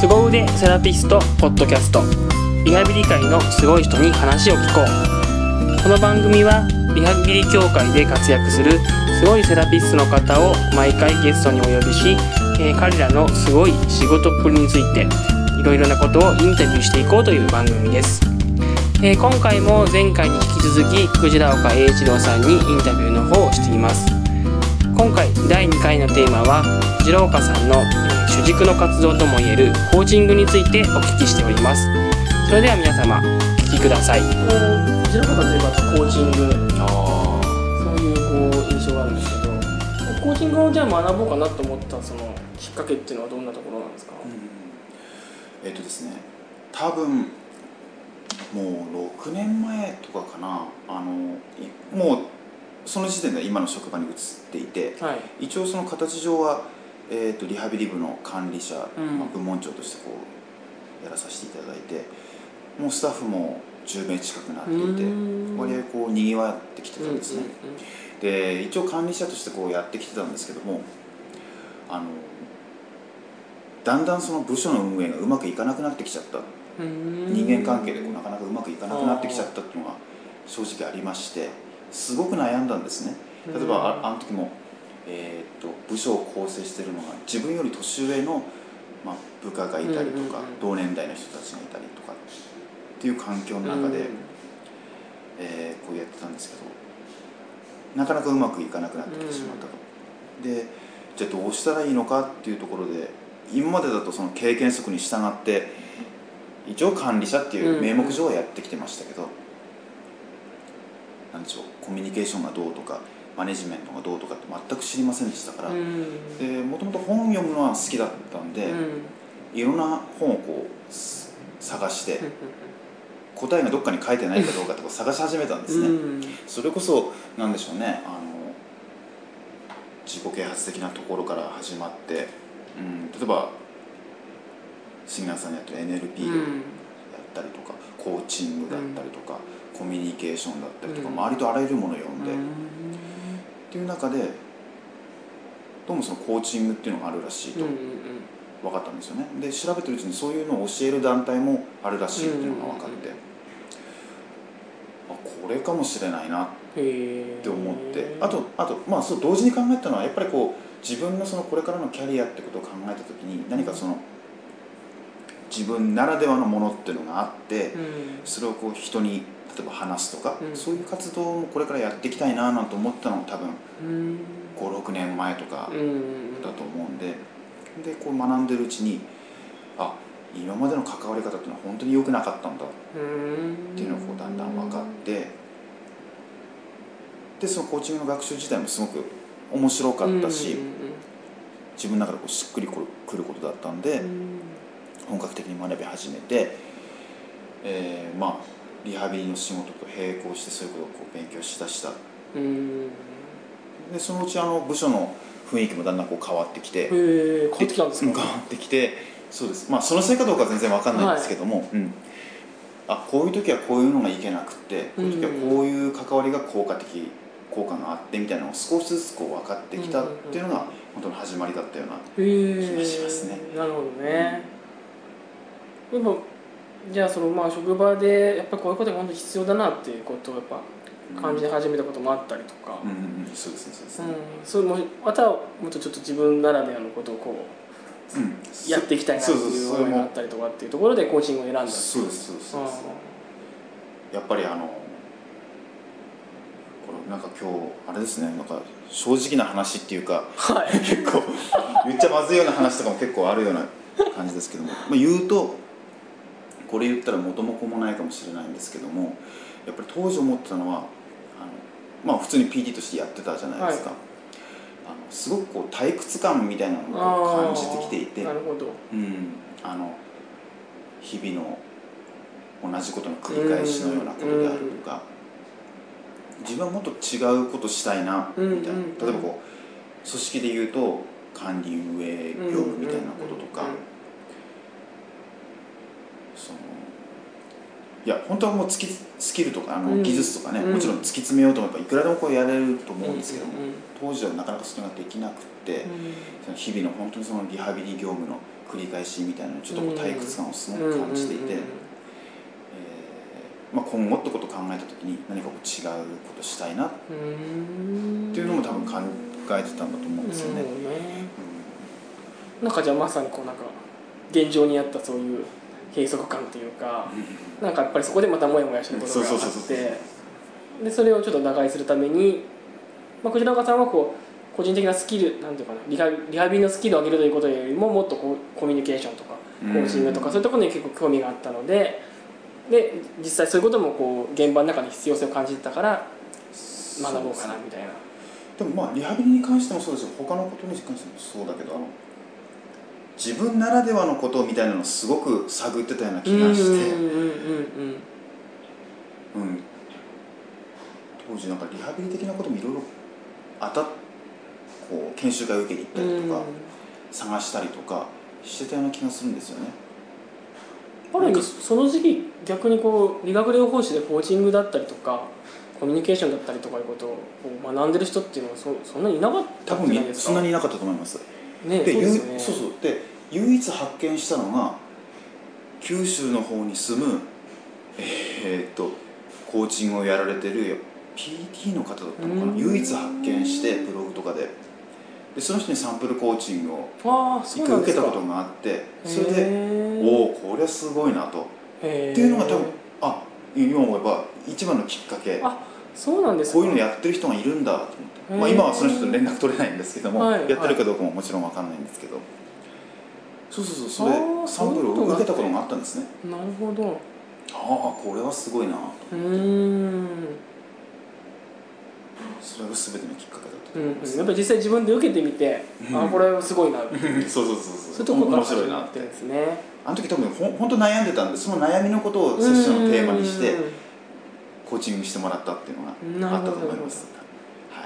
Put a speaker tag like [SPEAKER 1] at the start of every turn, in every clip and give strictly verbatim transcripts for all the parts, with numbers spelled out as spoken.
[SPEAKER 1] 凄腕セラピストポッドキャスト、リハビリ界のすごい人に話を聞こう。この番組はリハビリ協会で活躍するすごいセラピストの方を毎回ゲストにお呼びし、えー、彼らのすごい仕事っぷりについていろいろなことをインタビューしていこうという番組です。えー、今回も前回に引き続きクジラ岡栄一郎さんにインタビューの方をしています。今回だいにかいのテーマはクジラ岡さんの、えー、主軸の活動ともいえるコーチングについてお聞きしております。それでは皆様お聞きください。クジラ岡さんといえばコーチング、あそういうこう印象があるんですけど、コーチングをじゃあ学ぼうかなと思ったそのきっかけっていうのはどんなところなんですか？
[SPEAKER 2] うん、えっとですね多分もうろくねんまえとかかな、あのもうその時点で今の職場に移っていて、はい、一応その形上は、えー、とリハビリ部の管理者、うんまあ、部門長としてこうやらさせていただいて、もうスタッフもじゅうめい近くなっていて、割合こうにぎわってきてたんですね。うんうんうん、で一応管理者としてこうやってきてたんですけども、あのだんだんその部署の運営がうまくいかなくなってきちゃった、人間関係でこうなかなかうまくいかなくなってきちゃったっていうのが正直ありまして、すごく悩んだんですね。例えば あ, あの時も、えー、と部署を構成しているのが自分より年上の、まあ、部下がいたりとか、同年代の人たちがいたりとかっていう環境の中で、えー、こうやってたんですけど、なかなかうまくいかなくなってきてしまったと。でじゃあどうしたらいいのかっていうところで、今までだとその経験則に従って一応管理者っていう名目上はやってきてましたけど、なんでしょう、コミュニケーションがどうとかマネジメントがどうとかって全く知りませんでしたから、もともと本読むのは好きだったんで、いろんな本をこう探して答えがどっかに書いてないかどうかとか探し始めたんですね。それこそなんでしょうね、あの自己啓発的なところから始まって、うん、例えば杉村さんにやってる エヌエルピー をやったりとか、コーチングだったりとか、コミュニケーションだったりとか、うん、ありとあらゆるものを読んで、うん、っていう中でどうもそのコーチングっていうのがあるらしいと分かったんですよね。で調べてるうちにそういうのを教える団体もあるらしいっていうのが分かって、うん、あこれかもしれないなって思って、あとあとまあそう同時に考えたのはやっぱりこう自分のそのこれからのキャリアってことを考えた時に、何かその自分ならではのものっていうのがあって、うん、それをこう人に例えば話すとか、うん、そういう活動もこれからやっていきたいななんて思ったのも多分、うん、ごろくねんまえとかだと思うんで、でこう学んでるうちに、あ今までの関わり方っていうのは本当に良くなかったんだっていうのがこうだんだん分かって、でそのコーチングの学習自体もすごく面白かったし、自分の中でこうしっくりくることだったんで、本格的に学び始めて、えー、まあリハビリの仕事と並行してそういうことをこう勉強しだした。うんでそのうちあの部署の雰囲気もだんだんこう変わってきて、へ
[SPEAKER 1] 変わってきたんですか？
[SPEAKER 2] 変わってきて、そうです。まあそのせいかどうかは全然分かんないんですけども、はい、うん、あこういう時はこういうのがいけなくて、こういう時はこういう関わりが効果的効果があってみたいなのを少しずつこう分かってきたっていうのが本当の始まりだったような気がしますね。
[SPEAKER 1] なるほどね。うん、でもじゃあそのまあ職場でやっぱりこういうことが本当に必要だなっていうことをやっぱ感じ始めたこともあったりとか、
[SPEAKER 2] うんうんうん、そうですねそうですね、うん、
[SPEAKER 1] それもまたもっとちょっと自分ならではのことをこう、うん、やっていきたいなっていう思いがあったりとかっていうところでコーチングを選んだっていう。
[SPEAKER 2] そうですそうですそうです、うん、やっぱりあのこれなんか今日あれですね、なんか正直な話っていうか、はい、結構言っちゃまずいような話とかも結構あるような感じですけども、まあ、言うとこれ言ったら元も子もないかもしれないんですけども、やっぱり当時思ってたのは、あのまあ普通に ピーティー としてやってたじゃないですか、はい、あのすごくこう退屈感みたいなのを感じてきていて、
[SPEAKER 1] なるほど、
[SPEAKER 2] うん、あの日々の同じことの繰り返しのようなことであるとか、自分はもっと違うことしたいなみたいな、うんうんうん、例えばこう組織でいうと管理運営業務みたいなこととか、そのいや本当はもう突きスキルとかあの、うん、技術とかね、もちろん突き詰めようと思えばいくらでもこうやれると思うんですけども、うんうんうん、当時はなかなかそれができなくて、うん、その日々の本当にそのリハビリ業務の繰り返しみたいなのちょっとこう退屈感をすごく感じていて、まあ、今後ってことを考えた時に何かこう違うことしたいなっていうのも多分考えてたんだと思うんですよね。
[SPEAKER 1] うん、なんかじゃあまさにこうなんか現状にあったそういう閉塞感というか、うん、なんかやっぱりそこでまたモヤモヤしたことがあってでそれをちょっと打開するために、まあ、こちらの方さんはこう個人的なスキルなんていうかなリハ、リハビリのスキルを上げるということよりももっとこうコミュニケーションとかコーチングとかそういうところに結構興味があったので。で実際そういうこともこう現場の中に必要性を感じてたから学ぼうかなみたいな。
[SPEAKER 2] でもまあリハビリに関してもそうですよ、他のことに関してもそうだけど、あの自分ならではのことみたいなのをすごく探ってたような気がして当時なんかリハビリ的なこともいろいろあたこう研修会を受けに行ったりとか探したりとかしてたような気がするんですよね。
[SPEAKER 1] ある意味その時期逆にこう理学療法士でコーチングだったりとかコミュニケーションだったりとかいうことを学んでる人っていうのは そ, そんなにいなかったんじゃないですか。
[SPEAKER 2] 多分そんなにいなかったと思います。
[SPEAKER 1] ね、
[SPEAKER 2] で
[SPEAKER 1] そうですよね。
[SPEAKER 2] そうそうで唯一発見したのが九州の方に住むえー、っとコーチングをやられてる ピーティー の方だったのかな、唯一発見してブログとかで。でその人にサンプルコーチングを一回受けたことがあってそれでおおこれはすごいなとっていうのが多分あ今思えば一番のきっかけ。
[SPEAKER 1] あそうなんですか。
[SPEAKER 2] こういうのやってる人がいるんだと思って、まあ、今はその人と連絡取れないんですけども、はい、やってるかどうかももちろん分かんないんですけど、そうそうそうそれサンプルを受けたことがあったんですね。
[SPEAKER 1] なるほど。
[SPEAKER 2] ああこれはすごいなと思って。
[SPEAKER 1] うーん
[SPEAKER 2] それが全てのきっかけだったと
[SPEAKER 1] 思い
[SPEAKER 2] ます、
[SPEAKER 1] うん、やっぱり実際自分で受けてみて、うん、あこれはすごいなそう
[SPEAKER 2] そうそうそう
[SPEAKER 1] そういうところが始まってるんですね。
[SPEAKER 2] あの時多分ほ本当悩んでたんでその悩みのことをセッションのテーマにしてコーチングしてもらったっていうのがあったと思います。はい、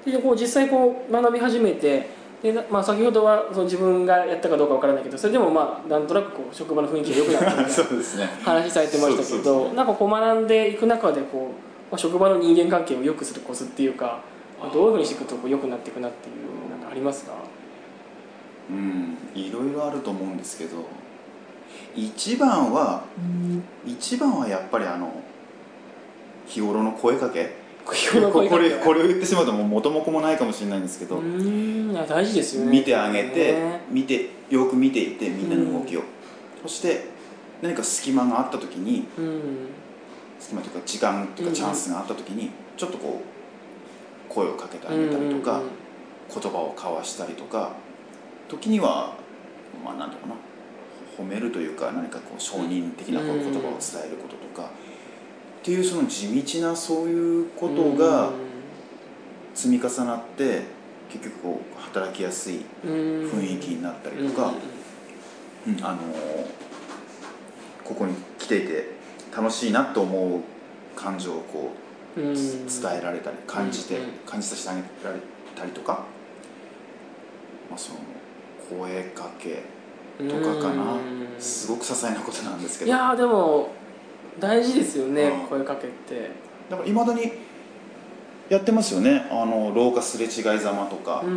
[SPEAKER 1] でこう実際こう学び始めてで、まあ、先ほどはその自分がやったかどうかわからないけどそれでもまあなんとなくこう職場の雰囲気が良くなったみたいな
[SPEAKER 2] そうですね、
[SPEAKER 1] 話されてましたけどなんかこう学んでいく中でこう、まあ、職場の人間関係を良くするコツっていうか、まあ、どういうふうにしていくとこう良くなっていくなっていうなんかありますか？
[SPEAKER 2] うんいろいろあると思うんですけど一番は、うん、一番はやっぱりあの日頃の声かけこれ、これを言ってしまうともう元も子もないかもしれないんですけど
[SPEAKER 1] うん大事ですよね。
[SPEAKER 2] 見てあげて見てよく見ていてみんなの動きを、うん、そして何か隙間があった時に、うん、隙間というか時間というかチャンスがあった時にちょっとこう声をかけてあげたりとか、うんうんうん、言葉を交わしたりとか時にはまあ何ていうかな褒めるというか何かこう承認的なこう言葉を伝えることとか、っていうその地道なそういうことが積み重なって結局こう働きやすい雰囲気になったりとか、うん、あのここに来ていて楽しいなと思う感情をこう伝えられたり感じて感じさせてあげられたりとか、まあ、その声かけとかかな。すごく些細なことなんですけど。
[SPEAKER 1] いやでも大事ですよね、うん、声かけって
[SPEAKER 2] だからいまだにやってますよね。あの廊下すれ違いざまとか、うん、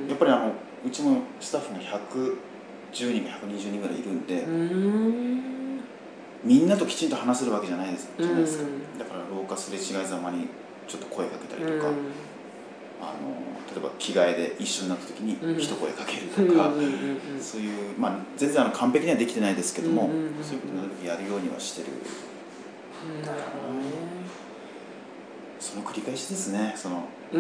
[SPEAKER 2] やっぱりあのうちもスタッフがひゃくじゅうにんかひゃくにじゅうにんぐらいいるんで、うん、みんなときちんと話せるわけじゃないですじゃないですか、うん、だから廊下すれ違いざまにちょっと声かけたりとか、うん、あの例えば着替えで一緒になった時に一声かけるとか、そういう、まあ、全然あの完璧にはできてないですけども、そういうことなるべくやるようにはしてる。
[SPEAKER 1] なるほどね。
[SPEAKER 2] その繰り返しですね。その、
[SPEAKER 1] うん、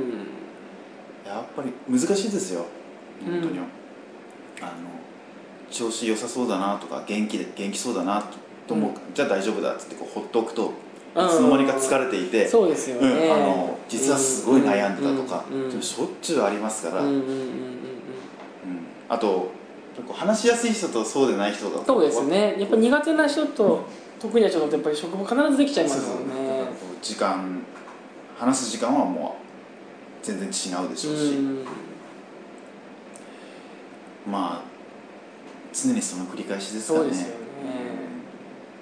[SPEAKER 2] やっぱり難しいですよ本当に、うん、あの調子良さそうだなとか元気で元気そうだなと思う、うん、じゃあ大丈夫だっつってこうほっとくといつの間にか疲れていて、
[SPEAKER 1] そうですよね、
[SPEAKER 2] うん、あの実はすごい悩んでたとか、うんうんうん、しょっちゅうありますから、あと話しやすい人とそうでない人が
[SPEAKER 1] そうですね。やっぱ苦手な人と得意な人とやっぱり職場必ずできちゃいますよね。
[SPEAKER 2] 時間話す時間はもう全然違うでしょうし、うん、まあ常にその繰り返しですからね。
[SPEAKER 1] そうですよね、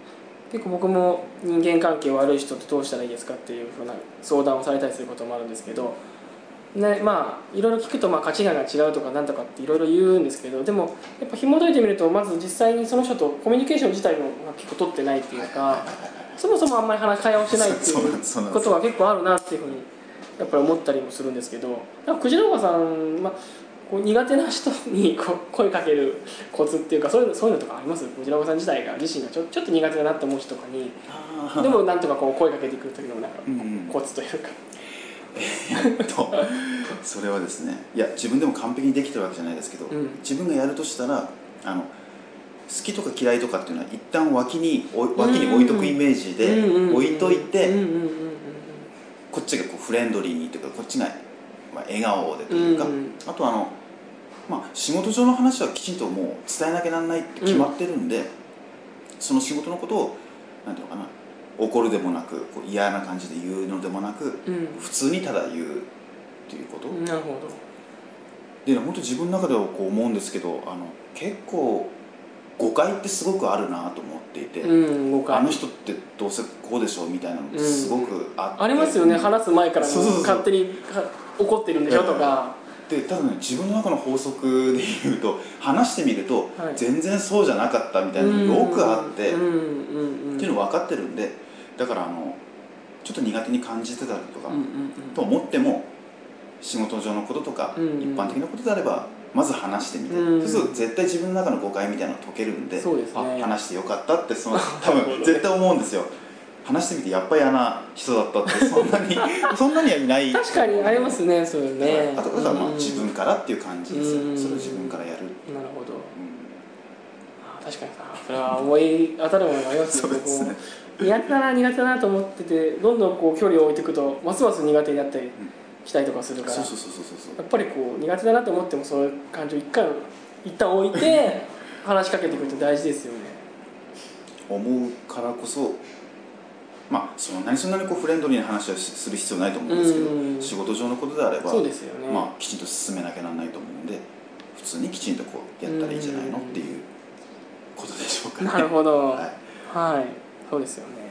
[SPEAKER 1] 結構僕も人間関係悪い人とどうしたらいいですかっていうふうな相談をされたりすることもあるんですけど、ね、まあいろいろ聞くとまあ価値観が違うとかなんとかっていろいろ言うんですけど、でもやっぱ紐解いてみるとまず実際にその人とコミュニケーション自体も結構取ってないっていうか、そもそもあんまり話会話をしてないっていうことは結構あるなっていうふうにやっぱり思ったりもするんですけど、なんかクジラおばさん、まあ、こう苦手な人にこう声かけるコツっていうか、そういうの、そういうのとかあります？クジラおばさん自体が自身がちょ、ちょっと苦手だなって思う人とかにでもなんとかこう声かけてくる時のなんかコツというか、
[SPEAKER 2] えっとそれはですね、いや自分でも完璧にできてるわけじゃないですけど、うん、自分がやるとしたらあの好きとか嫌いとかっていうのは一旦脇に脇に置いとくイメージで置いといて、こっちがこうフレンドリーにというか、こっちがまあ笑顔でというか、うん、あとあの、まあ、仕事上の話はきちんともう伝えなきゃならないって決まってるんで、うん、その仕事のことをなんていうのかな、怒るでもなくこう嫌な感じで言うのでもなく、うん、普通にただ言うっていうこと。
[SPEAKER 1] なるほど。
[SPEAKER 2] で本当自分の中ではこう思うんですけど、あの結構誤解ってすごくあるなと思っていて、うん、誤解、あの人ってどうせこうでしょうみたいなのってすごくあって、うん、
[SPEAKER 1] ありますよね。話す前から勝手に怒ってるんでしょとか。
[SPEAKER 2] でただね、自分の中の法則で言うと話してみると、はい、全然そうじゃなかったみたいなのよくあって、っていうの分かってるんで、だからあのちょっと苦手に感じてたりとか、うんうんうん、と思っても仕事上のこととか、うんうん、一般的なことであればまず話してみて、うん、そうすると絶対自分の中の誤解みたいなのが解けるんで、そうですね、あ、話してよかったってその多分絶対思うんですよ。話してみてやっぱり嫌な人だったってそんなにそんなにはいない。
[SPEAKER 1] 確かにありますね、そういうね。
[SPEAKER 2] あとはまあ自分からっていう感じですよ、うん、それを自分からやる。
[SPEAKER 1] なるほど、うん、あ、確かにさ、それは思い当たるものがありますね。そうですね、苦手だな苦手だなと思ってて、どんどんこう距離を置いていくとますます苦手になったりしたりとかするから、やっぱりこう苦手だなと思ってもそういう感情を一回一旦置いて話しかけていくって大事ですよね。
[SPEAKER 2] 思うからこそ、まあそんなにそんなにこうフレンドリーな話はする必要ないと思うんですけど、うん、仕事上のことであればそうですよね、まあ、きちんと進めなきゃならないと思うんで、普通にきちんとこうやったらいいんじゃないのっていうことでしょうかね。
[SPEAKER 1] なるほど、はい、はい、そうですよね。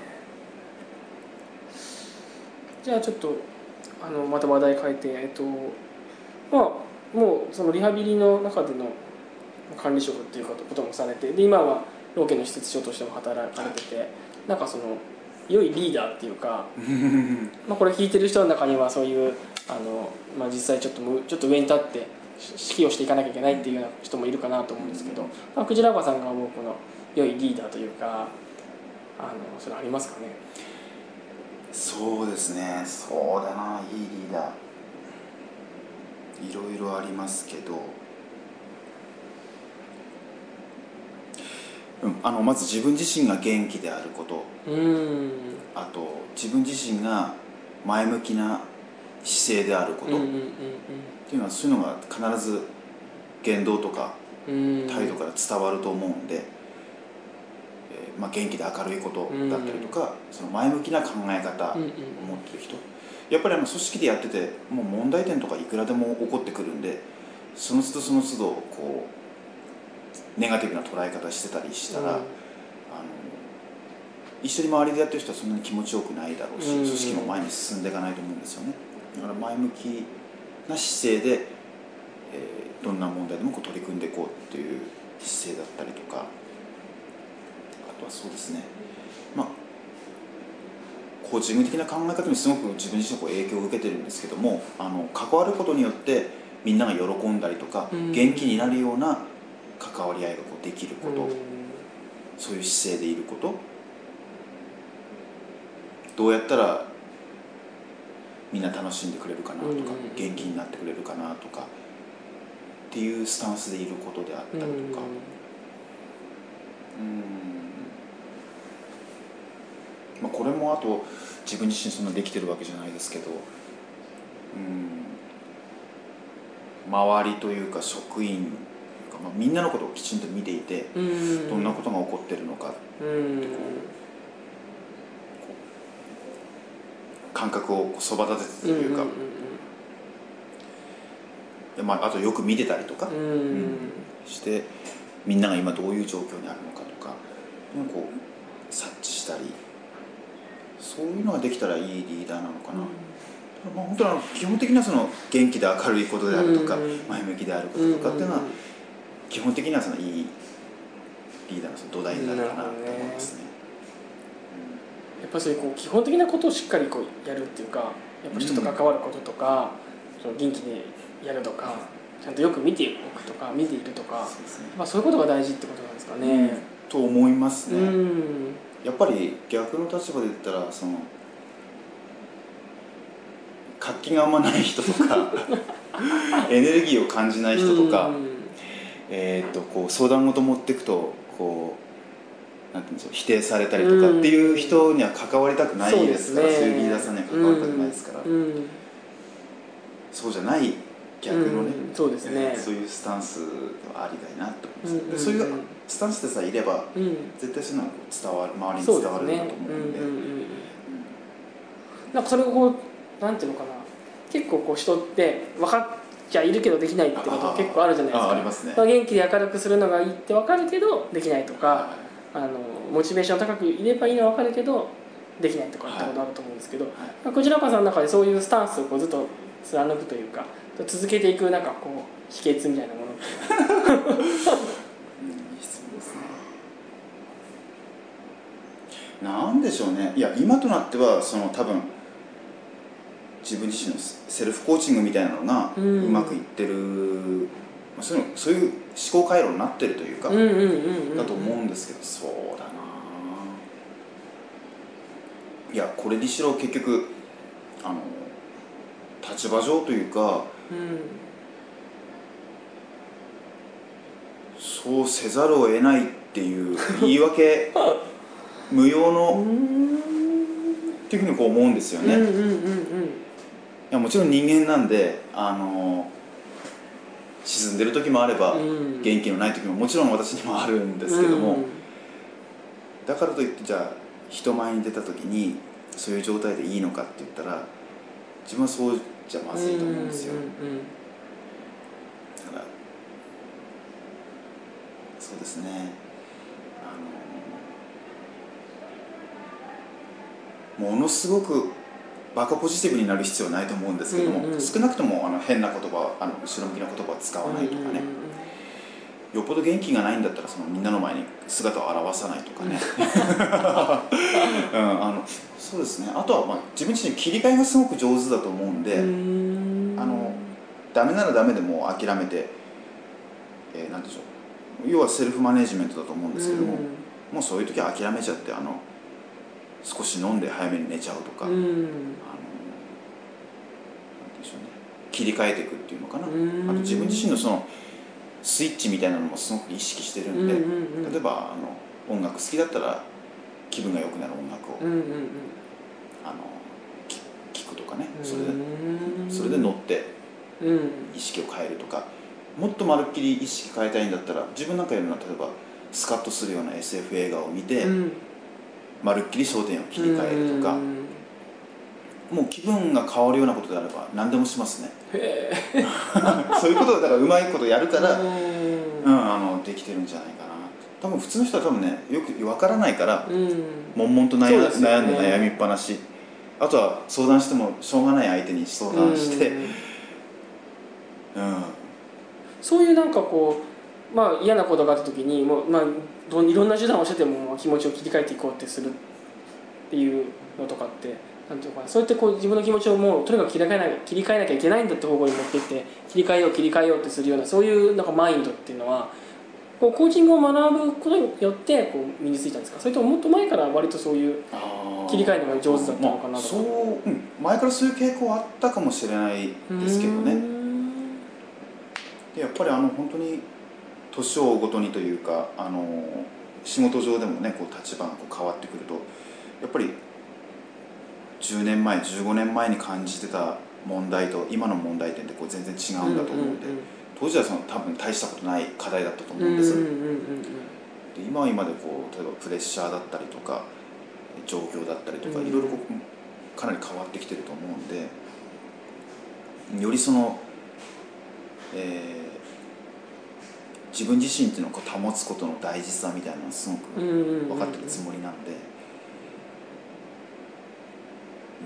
[SPEAKER 1] じゃあちょっとあのまた話題変えて、えっとまあもうそのリハビリの中での管理職っていうこともされて、で今は老健の施設長としても働かれてて、はい、なんかその良いリーダーっていうかまあこれ聞いてる人の中にはそういうあの、まあ、実際ちょっとちょっと上に立って指揮をしていかなきゃいけないっていうような人もいるかなと思うんですけど、まあ、クジラおばさんが思うこの良いリーダーというか、あのそれありますかね。
[SPEAKER 2] そうですね、そうだな、いいリーダーいろいろありますけど、うん、あのまず自分自身が元気であること、うん、あと自分自身が前向きな姿勢であること、うんうんうんうん、っていうのはそういうのが必ず言動とか態度から伝わると思うんで、えーまあ、元気で明るいことだったりとか、うん、その前向きな考え方を持ってる人、うんうん、やっぱりあの組織でやっててもう問題点とかいくらでも起こってくるんで、その都度その都度こうネガティブな捉え方してたりしたら、うん、あの一緒に周りでやってる人はそんなに気持ちよくないだろうし、うん、組織も前に進んでいかないと思うんですよね。だから前向きな姿勢で、えー、どんな問題でもこう取り組んでいこうっていう姿勢だったりとか、あとはそうですね、まあコーチング的な考え方にすごく自分自身こう影響を受けてるんですけども、あの関わることによってみんなが喜んだりとか、うん、元気になるような関わり合いがこうできること、うん、そういう姿勢でいること、どうやったらみんな楽しんでくれるかなとか、うん、元気になってくれるかなとかっていうスタンスでいることであったりとか、うん、うんまあ、これもあと自分自身そんなできてるわけじゃないですけど、うん、周りというか職員まあ、みんなのことをきちんと見ていて、うん、どんなことが起こっているのかってこう、うん、こう感覚をそば立ててというか、うんうんうん、まあ、あとよく見てたりとか、うんうん、してみんなが今どういう状況にあるのかとかこう察知したしたり、そういうのができたらいいリーダーなのかな、うん、まあ、本当に基本的なその元気で明るいことであるとか、うん、前向きであることとかっていうのは、うん、基本的にはそのいいリーダーのその土台になるかなと思いますね。
[SPEAKER 1] やっぱりそういうこう基本的なことをしっかりこうやるっていうか、やっぱ人と関わることとか、うん、その元気でやるとか、ちゃんとよく見ておくとか見ているとか、そうですね、まあ、そういうことが大事ってことなんですかね、うん、
[SPEAKER 2] と思いますね、
[SPEAKER 1] うん、
[SPEAKER 2] やっぱり逆の立場で言ったらその活気があんまない人とかエネルギーを感じない人とか、うん、えー、とこう相談事持っていくとこうなんていうんでしょう、否定されたりとかっていう人には関わりたくないですから、うん、そういうリーダーさんには関わりたくないですから、うん、そうじゃない逆のね、
[SPEAKER 1] うん、そうですね、
[SPEAKER 2] そういうスタンスはありだいなと思います、うん、でそういうスタンスでさえいれば、うん、絶対そういうのが伝わる、周りに伝わるんだと思うんで、
[SPEAKER 1] なんかそれをこうなんていうのかな、結構こう人って分かっちゃいるけどできないってことが結構あるじゃないですか。
[SPEAKER 2] あありますね。
[SPEAKER 1] 元気で明るくするのがいいって分かるけどできないとか、はい、あのモチベーション高くいればいいのは分かるけどできないとかってことあると思うんですけど、はいはい、こちらかさんの中でそういうスタンスをこうずっと貫くというか続けていくなんかこう秘訣みたいなものっていい質問
[SPEAKER 2] ですね。なんでしょうね。いや今となってはその多分自分自身のセルフコーチングみたいなのがうまくいってる、うん、そういうの、そういう思考回路になってるというかだと思うんですけど、そうだな。いやこれにしろ結局あの立場上というか、うん、そうせざるを得ないっていう言い訳無用のっていうふうにこう思うんですよね。うんうんうんうん、いやもちろん人間なんであの沈んでる時もあれば、うん、元気のない時ももちろん私にもあるんですけども、うん、だからといってじゃあ人前に出た時にそういう状態でいいのかって言ったら自分はそうじゃまずいと思うんですよ、うんうんうん、だからそうですね、あのものすごくバカポジティブになる必要はないと思うんですけども、うんうん、少なくともあの変な言葉、あの後ろ向きな言葉を使わないとかね、うんうんうん、よっぽど元気がないんだったらそのみんなの前に姿を現さないとかね、うん、あのそうですね。あとは、まあ、自分自身切り替えがすごく上手だと思うんで、うんあのダメならダメでもう諦めて、えー、なんでしょう、要はセルフマネジメントだと思うんですけども、うん、もうそういう時は諦めちゃってあの少し飲んで早めに寝ちゃうとか、うん、あのなんでしょうね、切り替えていくっていうのかな、うん、あと自分自身のそのスイッチみたいなのもすごく意識してるんで、うんうんうん、例えばあの音楽好きだったら気分が良くなる音楽を、うんうんうん、あの聴くとかね、それでそれで乗って意識を変えるとか、もっとまるっきり意識変えたいんだったら自分なんかよりも例えばスカッとするような エスエフ 映画を見て、うん、まるっきり焦点を切り替えるとか、もう気分が変わるようなことであれば何でもしますね。へそういうことをだからうまいことやるから、うん、あのできてるんじゃないかな。多分普通の人は多分ねよく分からないから、うん、悶々と悩、ね、悩んで悩みっぱなし、あとは相談してもしょうがない相手に相談して、うんうん、
[SPEAKER 1] そういうなんかこう、まあ、嫌なことがあった時にもう、まあ、どいろんな手段をしてても気持ちを切り替えていこうってするっていうのとかってなんていうかな、そうやってこう自分の気持ちをもうとにかく切り替えな切り替えなきゃいけないんだって方向に持っていって切り替えよう切り替えようってするようなそういうなんかマインドっていうのはこうコーチングを学ぶことによってこう身についたんですか？それとももっと前から割とそういう切り替えるのが上手だったのかなとか、
[SPEAKER 2] まあそう、うん、前からそういう傾向はあったかもしれないですけどね。でやっぱりあの本当に年を追うごとにというかあの仕事上でもねこう立場がこう変わってくるとやっぱりじゅうねんまえじゅうごねんまえに感じてた問題と今の問題点ってこう全然違うんだと思うんで、うんうんうん、当時はその多分大したことない課題だったと思うんです、うんうんうんうん、で今は今でこう例えばプレッシャーだったりとか状況だったりとか、うん、いろいろこうかなり変わってきてると思うんでよりその、えー、自分自身っていうのをこう保つことの大事さみたいなのがすごく分かってるつもりなんで、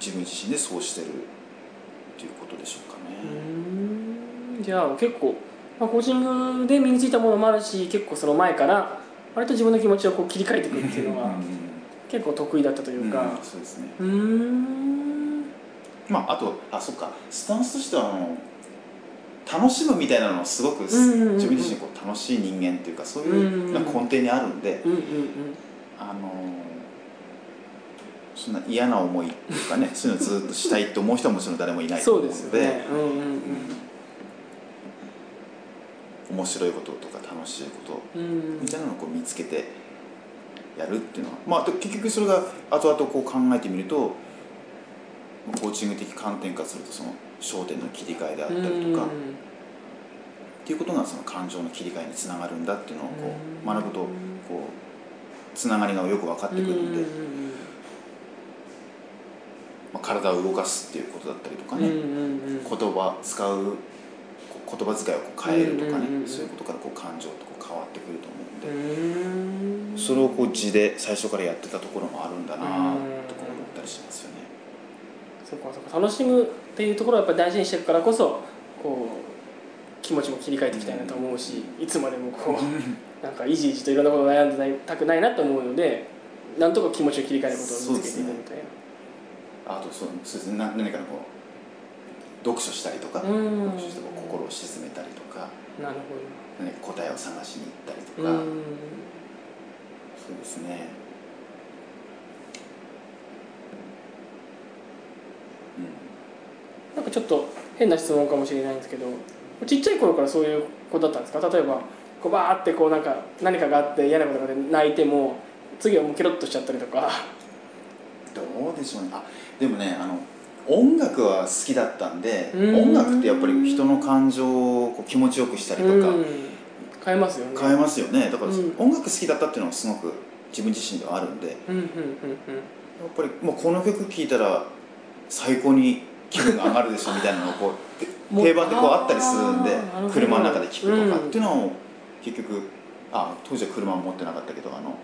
[SPEAKER 2] 自分自身でそうしてるっていうことでしょうかね。
[SPEAKER 1] うーんじゃあ結構、まあ、コーチングで身についたものもあるし、結構その前から割と自分の気持ちをこう切り替えていくっていうのが結構得意だったというか、
[SPEAKER 2] うん、そうですね。
[SPEAKER 1] うーん
[SPEAKER 2] まああとあそっかスタンスとしてはあの楽しむみたいなのはすごく、うんうんうん、自分自身こう楽しい人間っていうかそういう根底にあるんで、うんうんうん、あのそんな嫌な思いっていうかねそういうのをずっとしたいと思う人はもちろん誰もいないと思うので、そうですよね、うんうんうん、面白いこととか楽しいことみたいなのをこう見つけてやるっていうのは、まあ、結局それが後々こう考えてみるとコーチング的観点からするとその焦点の切り替えであったりとかっていうことがその感情の切り替えにつながるんだっていうのをこう学ぶとこうつながりがよく分かってくるので、まあ、体を動かすっていうことだったりとかね、言葉使う言葉遣いをこう変えるとかね、そういうことからこう感情とこう変わってくると思うので、それをこう字で最初からやってたところもあるんだなとか思ったりしますよね。
[SPEAKER 1] そうかそうか、楽しむっていうところをやっぱり大事にしてるからこそこう気持ちも切り替えていきたいなと思うし、いつまでもこうなんかいじいじといろんなことを悩んでたくないなと思うので、なんとか気持ちを切り替えることを見つけていくみたいな。
[SPEAKER 2] あとそうですね、何かのこう読書したりとか、読書して心を静めたりとか、
[SPEAKER 1] なるほど、
[SPEAKER 2] 何か答えを探しに行ったりとか、そうですね、
[SPEAKER 1] うん、なんかちょっと変な質問かもしれないんですけど、ちっちゃい頃からそういう子だったんですか？例えばこうバーってこうなんか何かがあって嫌なことがあって泣いても次はもうケロッとしちゃったりとか。
[SPEAKER 2] どうでしょうね。あ、でもね、あの音楽は好きだったんで、音楽ってやっぱり人の感情をこう気持ちよくしたりとか
[SPEAKER 1] 変えますよね。
[SPEAKER 2] 変えますよね。だから音楽好きだったっていうのはすごく自分自身ではあるんで、やっぱりもうこの曲聴いたら最高に気分が上がるでしょみたいなのがこう定番でこうあったりするんで、車の中で聴くとかっていうのを結局、あ、当時は車も持ってなかったけど、あの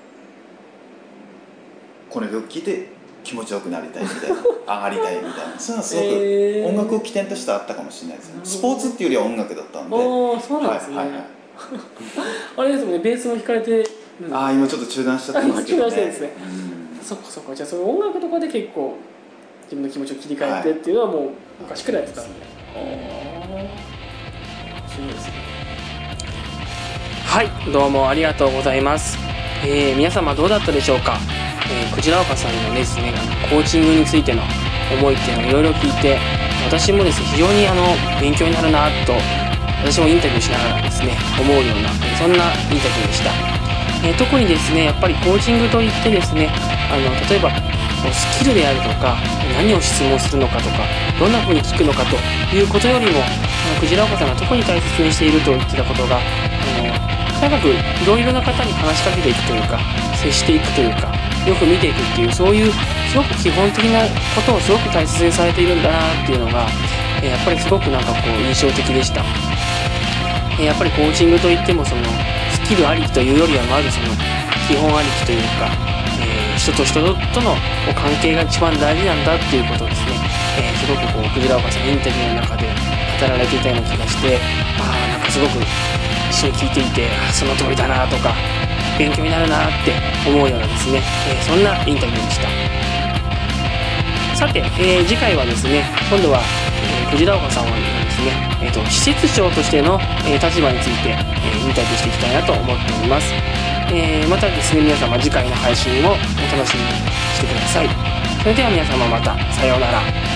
[SPEAKER 2] この曲聴いて気持ちよくなりたいみたいな上がりたいみたいな、そういうのはすごく音楽を起点としてあったかもしれないですね。スポーツっていうよりは音楽だったんで。
[SPEAKER 1] ああ、そうなんですね。はいはいはい、あれですもんね、ベースも弾かれてるんですね。
[SPEAKER 2] ああ、今ちょっと中断しちゃってますけどね。
[SPEAKER 1] 中断してるんですね。うん、そっかそっか。じゃあその音楽とかで結構自分の気持ちを切り替えてっていうのはもう昔からやってたんで。ああ、すごいですね。はい、どうもありがとうございます。えー、皆様どうだったでしょうか。えー、クジラ岡さんのですね、コーチングについての思いっていうのをいろいろ聞いて、私もですね、非常にあの勉強になるなと、私もインタビューしながらですね、思うような、そんなインタビューでした。えー、特にですね、やっぱりコーチングといってですね、あの例えばスキルであるとか、何を質問するのかとか、どんな風に聞くのかということよりも、クジラ岡さんが特に大切にしていると言ってたことが、あのとにかくいろいろな方に話しかけていくというか、接していくというか、よく見ていくっていう、そういうすごく基本的なことをすごく大切にされているんだなっていうのが、えー、やっぱりすごくなんかこう印象的でした。えー、やっぱりコーチングといってもそのスキルありきというよりはまずその基本ありきというか、えー、人と人との関係が一番大事なんだっていうことをですね、えー、すごくこうクジラ岡さんのインタビューの中で語られていたような気がして、ああなんかすごく一緒に聞いていて、その通りだなとか勉強になるなって思うようなですね、えー、そんなインタビューでした。さて、えー、次回はですね、今度は、えー、クジラ岡さんはですね、えーと、施設長としての、えー、立場について、えー、インタビューしていきたいなと思っております。えー、またですね、皆様次回の配信をお楽しみにしてください。それでは皆様また、さようなら。